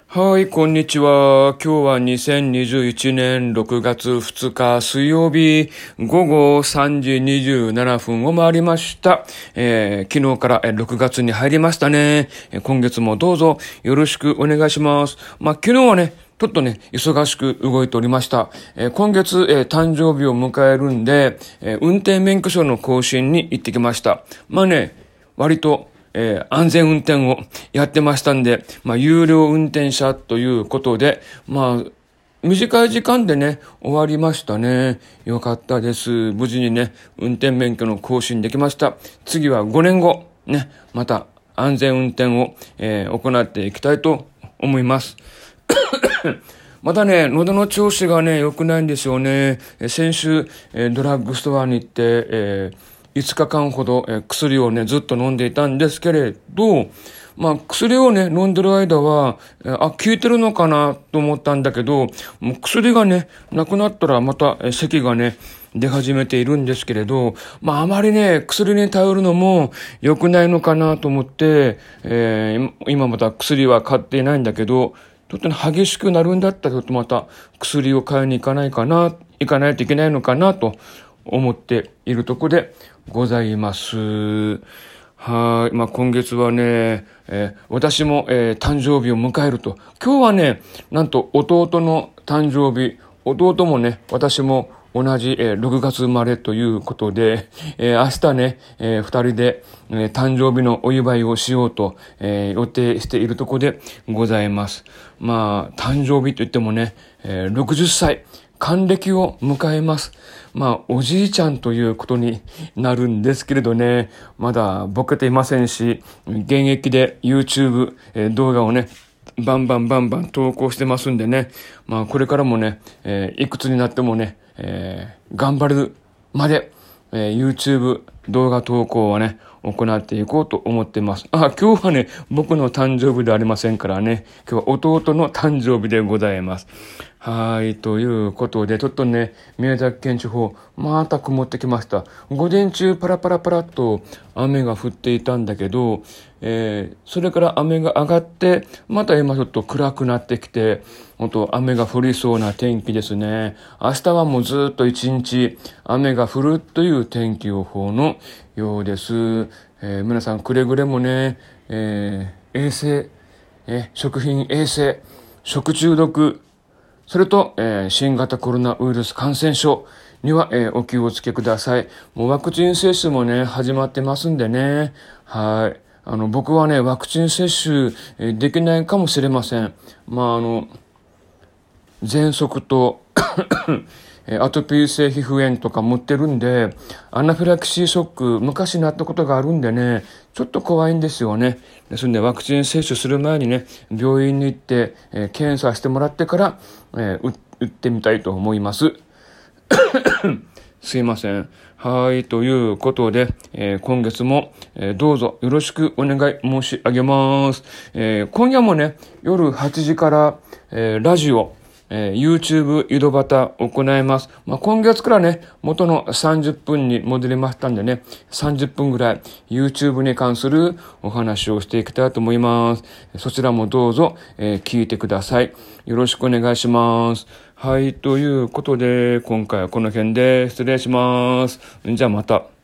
はい、こんにちは。今日は2021年6月2日水曜日午後3時27分を回りました。昨日から6月に入りましたね。今月もどうぞよろしくお願いします。昨日はね、ちょっとね、忙しく動いておりました。今月、誕生日を迎えるんで、運転免許証の更新に行ってきました。割と安全運転をやってましたんで、有料運転者ということで、短い時間でね、終わりましたね。よかったです。無事にね、運転免許の更新できました。次は5年後、ね、また安全運転を、行っていきたいと思います。またね、喉の調子がね、良くないんですよね。先週、ドラッグストアに行って、5日間ほど、薬をね、ずっと飲んでいたんですけれど、薬をね、飲んでる間は、効いてるのかなと思ったんだけど、もう薬がね、なくなったらまた、咳がね、出始めているんですけれど、あまりね、薬に頼るのも良くないのかなと思って、今また薬は買っていないんだけど、ちょっとね、激しくなるんだったら、ちょっとまた薬を買いに行かないといけないのかなと思っているとこでございます。はい。今月はね、私も、誕生日を迎えると。今日はね、なんと弟の誕生日。弟もね、私も同じ、6月生まれということで、明日ね、二人で、誕生日のお祝いをしようと、予定しているとこでございます。誕生日といってもね、60歳。還暦を迎えます。おじいちゃんということになるんですけれどね、まだボケていませんし、現役で YouTube、動画をね、バンバン投稿してますんでね、これからもね、いくつになってもね、頑張るまで、YouTube 動画投稿はね、行っていこうと思っています。今日はね、僕の誕生日ではありませんからね、今日は弟の誕生日でございます。はい、ということで、ちょっとね、宮崎県地方、また曇ってきました。午前中パラパラと雨が降っていたんだけど、それから雨が上がって、また今ちょっと暗くなってきて、本当雨が降りそうな天気ですね。明日はもうずっと一日雨が降るという天気予報のようです。皆さんくれぐれもね、衛生、食品衛生、食中毒、それと、新型コロナウイルス感染症には、お気をつけください。もうワクチン接種もね、始まってますんでね。はい。僕はね、ワクチン接種、できないかもしれません。喘息とアトピー性皮膚炎とか持ってるんで、アナフィラキシーショック、昔なったことがあるんでね、ちょっと怖いんですよね。ですんで、ワクチン接種する前にね、病院に行って、検査してもらってから、打ってみたいと思います。すいません。はい、ということで、今月も、どうぞよろしくお願い申し上げます。今夜もね、夜8時から、ラジオ、YouTube 井戸端行います。今月からね、元の30分に戻りましたんでね、30分ぐらい YouTube に関するお話をしていきたいと思います。そちらもどうぞ、聞いてください。よろしくお願いします。はい、ということで、今回はこの辺で失礼します。じゃあまた。